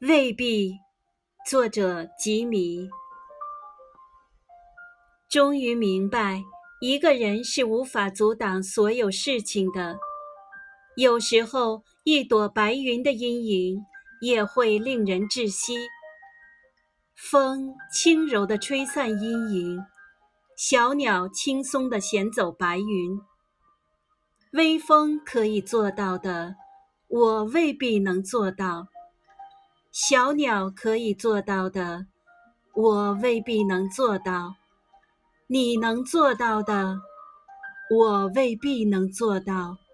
未必。作者吉米。终于明白，一个人是无法阻挡所有事情的。有时候，一朵白云的阴影也会令人窒息。风轻柔地吹散阴影，小鸟轻松地衔走白云。微风可以做到的，我未必能做到；小鸟可以做到的，我未必能做到；你能做到的，我未必能做到。